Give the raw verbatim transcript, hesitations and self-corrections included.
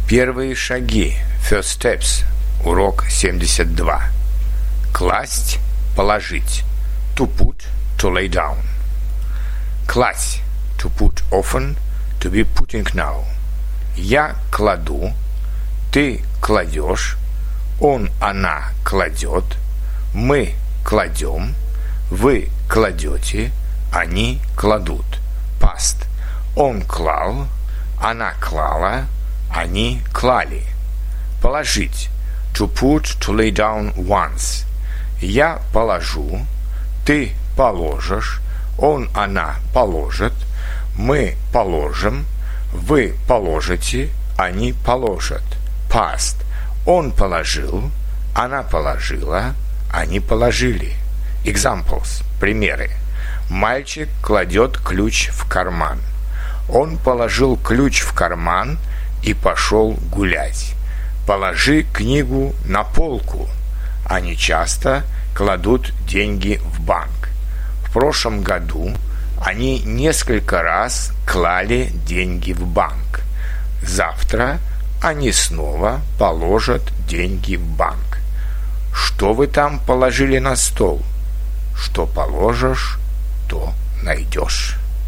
Первые шаги. First steps. Урок семьдесят два. Класть, положить. To put, to lay down. Класть. To put often, to be putting now. Я кладу, ты кладешь, он, она кладет, мы кладем, вы кладете, они кладут. Past. Он клал, она клала, они клали. Положить. To put, to lay down once. Я положу, ты положишь, он, она положит, мы положим, вы положите, они положат. Past. Он положил, она положила, они положили. Examples. Примеры. Мальчик кладет ключ в карман. Он положил ключ в карман и пошел гулять. Положи книгу на полку. Они часто кладут деньги в банк. В прошлом году они несколько раз клали деньги в банк. Завтра они снова положат деньги в банк. Что вы там положили на стол? Что положишь, то найдешь.